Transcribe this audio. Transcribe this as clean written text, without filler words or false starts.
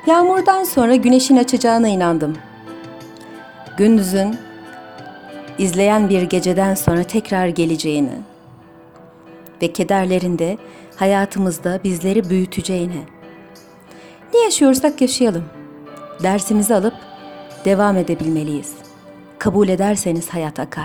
Yağmurdan sonra güneşin açacağına inandım. Gündüzün izleyen bir geceden sonra tekrar geleceğini ve kederlerin de hayatımızda bizleri büyüteceğine. Ne yaşıyorsak yaşayalım. Dersimizi alıp devam edebilmeliyiz. Kabul ederseniz hayat akar.